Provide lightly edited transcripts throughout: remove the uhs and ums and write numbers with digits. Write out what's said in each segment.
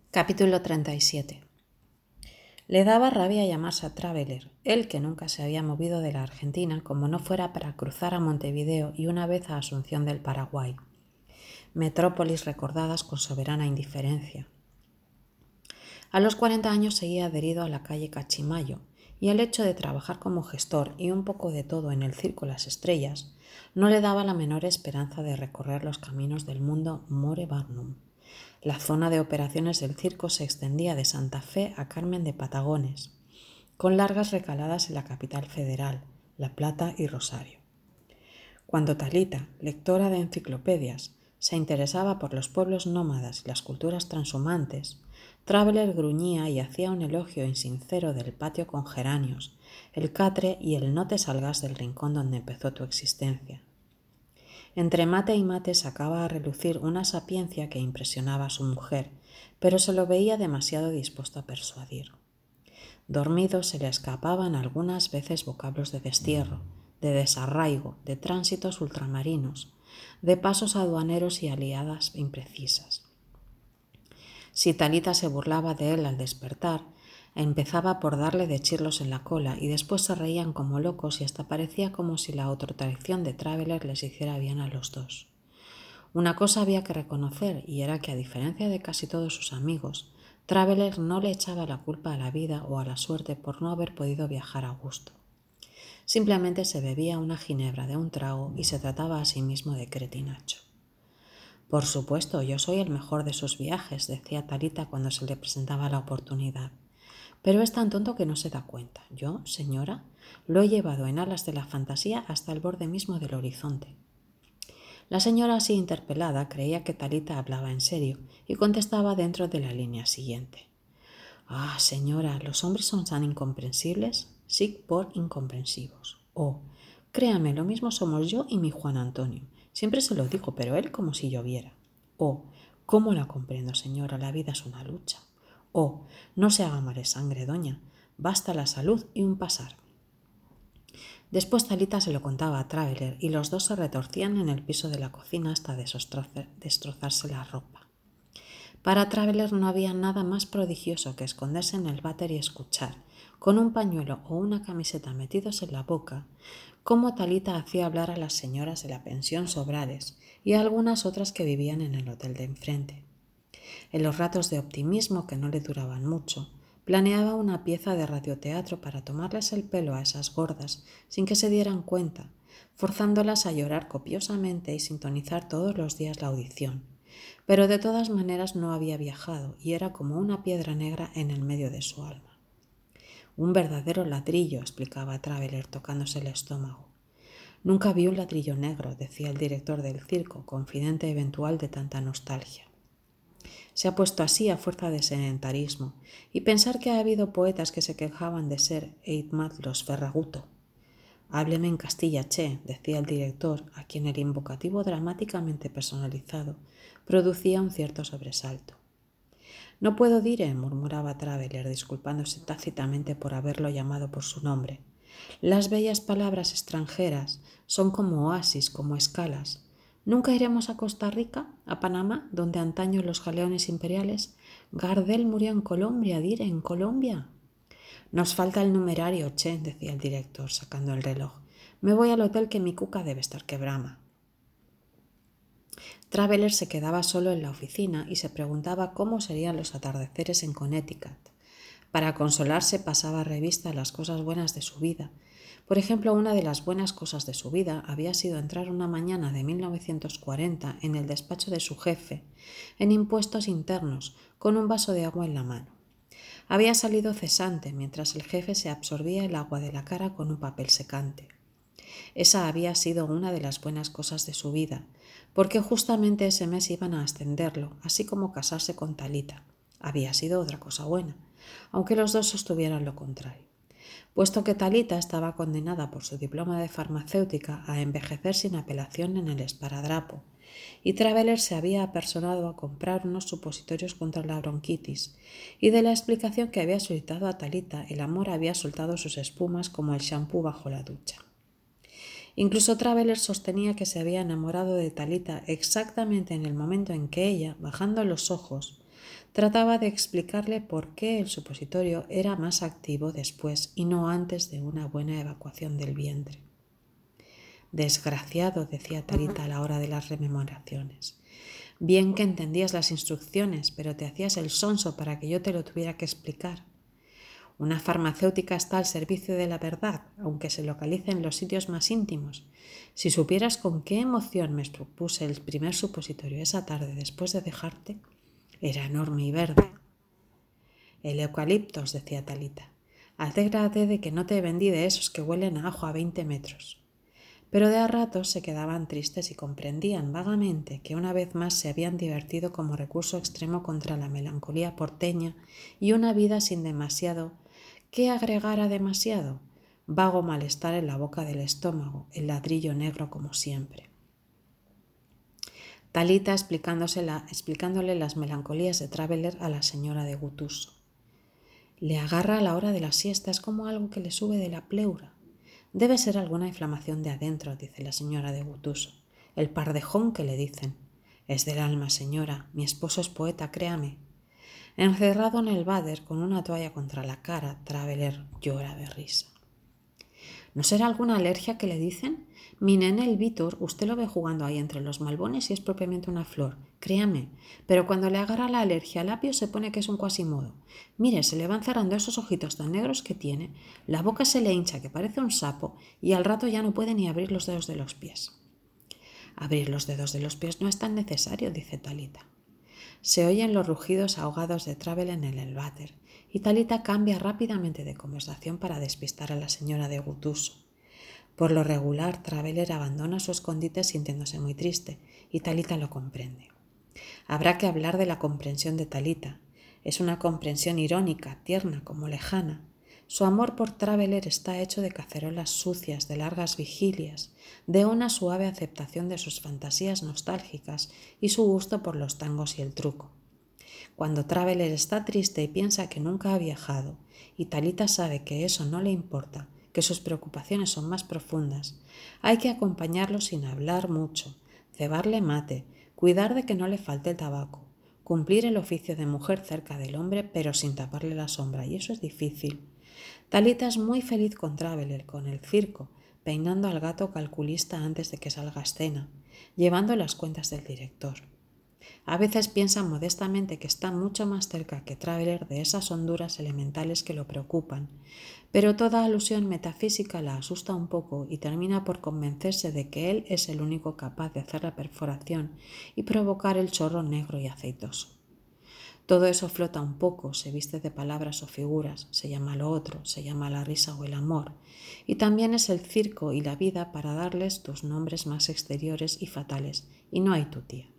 Capítulo 37. Le daba rabia llamarse a Traveler, él que nunca se había movido de la Argentina como no fuera para cruzar a Montevideo y una vez a Asunción del Paraguay, metrópolis recordadas con soberana indiferencia. A los 40 años seguía adherido a la calle Cachimayo, y el hecho de trabajar como gestor y un poco de todo en el Circo Las Estrellas no le daba la menor esperanza de recorrer los caminos del mundo more Barnum. La zona de operaciones del circo se extendía de Santa Fe a Carmen de Patagones, con largas recaladas en la capital federal, La Plata y Rosario. Cuando Talita, lectora de enciclopedias, se interesaba por los pueblos nómadas y las culturas transhumantes, Traveler gruñía y hacía un elogio insincero del patio con geranios, el catre y el no te salgas del rincón donde empezó tu existencia. Entre mate y mate sacaba a relucir una sapiencia que impresionaba a su mujer, pero se lo veía demasiado dispuesto a persuadir. Dormido se le escapaban algunas veces vocablos de destierro, de desarraigo, de tránsitos ultramarinos, de pasos aduaneros y aliadas imprecisas. Si Talita se burlaba de él al despertar, empezaba por darle de chirlos en la cola y después se reían como locos y hasta parecía como si la autotraición de Traveler les hiciera bien a los dos. Una cosa había que reconocer y era que a diferencia de casi todos sus amigos, Traveler no le echaba la culpa a la vida o a la suerte por no haber podido viajar a gusto. Simplemente se bebía una ginebra de un trago y se trataba a sí mismo de cretinacho. Por supuesto, yo soy el mejor de sus viajes, decía Talita cuando se le presentaba la oportunidad. Pero es tan tonto que no se da cuenta. Yo, señora, lo he llevado en alas de la fantasía hasta el borde mismo del horizonte. La señora, así interpelada, creía que Talita hablaba en serio y contestaba dentro de la línea siguiente. Ah, señora, ¿los hombres son tan incomprensibles? Sí, por incomprensivos. Oh, créame, lo mismo somos yo y mi Juan Antonio. Siempre se lo digo, pero él como si lloviera. Oh, ¿cómo la comprendo, señora? La vida es una lucha. Oh, no se haga mare sangre, doña. Basta la salud y un pasar. Después Talita se lo contaba a Traveler y los dos se retorcían en el piso de la cocina hasta destrozarse la ropa. Para Traveler no había nada más prodigioso que esconderse en el váter y escuchar, con un pañuelo o una camiseta metidos en la boca, cómo Talita hacía hablar a las señoras de la pensión Sobrales y a algunas otras que vivían en el hotel de enfrente. En los ratos de optimismo, que no le duraban mucho, planeaba una pieza de radioteatro para tomarles el pelo a esas gordas sin que se dieran cuenta, forzándolas a llorar copiosamente y sintonizar todos los días la audición. Pero de todas maneras no había viajado y era como una piedra negra en el medio de su alma. Un verdadero ladrillo, explicaba Traveler tocándose el estómago. Nunca vi un ladrillo negro, decía el director del circo, confidente eventual de tanta nostalgia. Se ha puesto así a fuerza de sedentarismo, y pensar que ha habido poetas que se quejaban de ser Eitmat los Ferraguto. Hábleme en Castilla, che, decía el director, a quien el invocativo dramáticamente personalizado producía un cierto sobresalto. No puedo dire, murmuraba Traveler, disculpándose tácitamente por haberlo llamado por su nombre. Las bellas palabras extranjeras son como oasis, como escalas. ¿Nunca iremos a Costa Rica, a Panamá, donde antaño los galeones imperiales? Gardel murió en Colombia, dire, en Colombia. Nos falta el numerario, che, decía el director, sacando el reloj. Me voy al hotel que mi cuca debe estar quebrama. Traveler se quedaba solo en la oficina y se preguntaba cómo serían los atardeceres en Connecticut. Para consolarse pasaba revista a las cosas buenas de su vida. Por ejemplo, una de las buenas cosas de su vida había sido entrar una mañana de 1940 en el despacho de su jefe, en impuestos internos, con un vaso de agua en la mano. Había salido cesante mientras el jefe se absorbía el agua de la cara con un papel secante. Esa había sido una de las buenas cosas de su vida, porque justamente ese mes iban a ascenderlo, así como casarse con Talita. Había sido otra cosa buena, aunque los dos sostuvieran lo contrario. Puesto que Talita estaba condenada por su diploma de farmacéutica a envejecer sin apelación en el esparadrapo, y Traveler se había apersonado a comprar unos supositorios contra la bronquitis, y de la explicación que había solicitado a Talita, el amor había soltado sus espumas como el champú bajo la ducha. Incluso Traveler sostenía que se había enamorado de Talita exactamente en el momento en que ella, bajando los ojos, Trataba de explicarle por qué el supositorio era más activo después y no antes de una buena evacuación del vientre. Desgraciado, decía Talita a la hora de las rememoraciones. Bien que entendías las instrucciones, pero te hacías el sonso para que yo te lo tuviera que explicar. Una farmacéutica está al servicio de la verdad, aunque se localice en los sitios más íntimos. Si supieras con qué emoción me propuse el primer supositorio esa tarde después de dejarte, era enorme y verde. El eucaliptos, decía Talita. Alégrate de que no te vendí de esos que huelen a ajo a 20 metros. Pero de a ratos se quedaban tristes y comprendían vagamente que una vez más se habían divertido como recurso extremo contra la melancolía porteña y una vida sin demasiado. ¿Qué agregar a demasiado? Vago malestar en la boca del estómago, el ladrillo negro como siempre. Talita explicándole las melancolías de Traveller a la señora de Gutuso. Le agarra a la hora de la siesta, es como algo que le sube de la pleura. Debe ser alguna inflamación de adentro, dice la señora de Gutuso. El pardejón que le dicen. Es del alma, señora. Mi esposo es poeta, créame. Encerrado en el váter con una toalla contra la cara, Traveller llora de risa. ¿No será alguna alergia que le dicen? Mi nene, el Vítor, usted lo ve jugando ahí entre los malbones y es propiamente una flor, créame, pero cuando le agarra la alergia al apio se pone que es un cuasimodo. Mire, se le van cerrando esos ojitos tan negros que tiene, la boca se le hincha que parece un sapo y al rato ya no puede ni abrir los dedos de los pies. Abrir los dedos de los pies no es tan necesario, dice Talita. Se oyen los rugidos ahogados de Traveller en el váter y Talita cambia rápidamente de conversación para despistar a la señora de Gutuso. Por lo regular, Traveller abandona su escondite sintiéndose muy triste y Talita lo comprende. Habrá que hablar de la comprensión de Talita. Es una comprensión irónica, tierna, como lejana. Su amor por Traveller está hecho de cacerolas sucias, de largas vigilias, de una suave aceptación de sus fantasías nostálgicas y su gusto por los tangos y el truco. Cuando Traveller está triste y piensa que nunca ha viajado, y Talita sabe que eso no le importa, que sus preocupaciones son más profundas, hay que acompañarlo sin hablar mucho, cebarle mate, cuidar de que no le falte el tabaco, cumplir el oficio de mujer cerca del hombre pero sin taparle la sombra, y eso es difícil. Talita es muy feliz con Traveller, con el circo, peinando al gato calculista antes de que salga a escena, llevando las cuentas del director. A veces piensa modestamente que está mucho más cerca que Traveller de esas honduras elementales que lo preocupan, pero toda alusión metafísica la asusta un poco y termina por convencerse de que él es el único capaz de hacer la perforación y provocar el chorro negro y aceitoso. Todo eso flota un poco, se viste de palabras o figuras, se llama lo otro, se llama la risa o el amor, y también es el circo y la vida para darles tus nombres más exteriores y fatales, y no hay tu tía.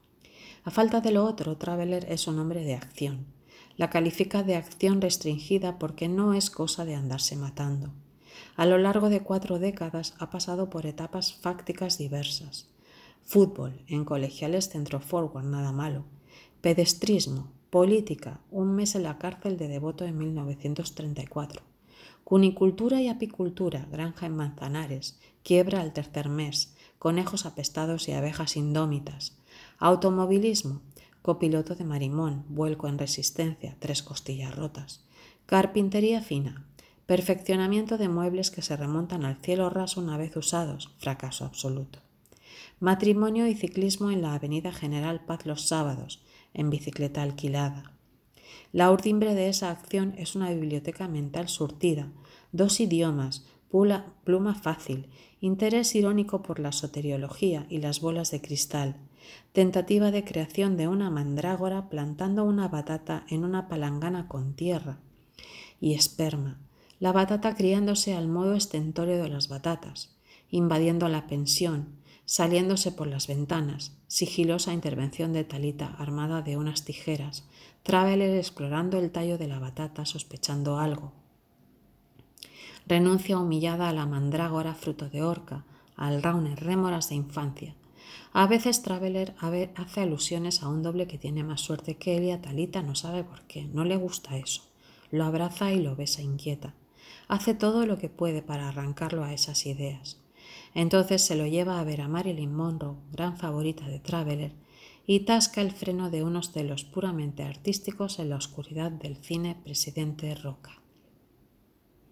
A falta de lo otro, Traveller es un hombre de acción. La califica de acción restringida porque no es cosa de andarse matando. A lo largo de 4 décadas ha pasado por etapas fácticas diversas. Fútbol, en colegiales centro-forward, nada malo. Pedestrismo, política, un mes en la cárcel de Devoto en 1934. Cunicultura y apicultura, granja en Manzanares, quiebra al 3er mes, conejos apestados y abejas indómitas. Automovilismo, copiloto de Marimón, vuelco en Resistencia, 3 costillas rotas. Carpintería fina, perfeccionamiento de muebles que se remontan al cielo raso una vez usados, fracaso absoluto. Matrimonio y ciclismo en la Avenida General Paz los sábados, en bicicleta alquilada. La urdimbre de esa acción es una biblioteca mental surtida, 2 idiomas, pluma fácil, interés irónico por la soteriología y las bolas de cristal, tentativa de creación de una mandrágora plantando una batata en una palangana con tierra, y esperma, la batata criándose al modo estentorio de las batatas, invadiendo la pensión, saliéndose por las ventanas, sigilosa intervención de Talita armada de unas tijeras, Traveller explorando el tallo de la batata sospechando algo. Renuncia humillada a la mandrágora fruto de horca, al raune rémoras de infancia. A veces Traveller hace alusiones a un doble que tiene más suerte que él y a Talita no sabe por qué, no le gusta eso. Lo abraza y lo besa inquieta. Hace todo lo que puede para arrancarlo a esas ideas. Entonces se lo lleva a ver a Marilyn Monroe, gran favorita de Traveller, y tasca el freno de unos celos puramente artísticos en la oscuridad del cine Presidente Roca.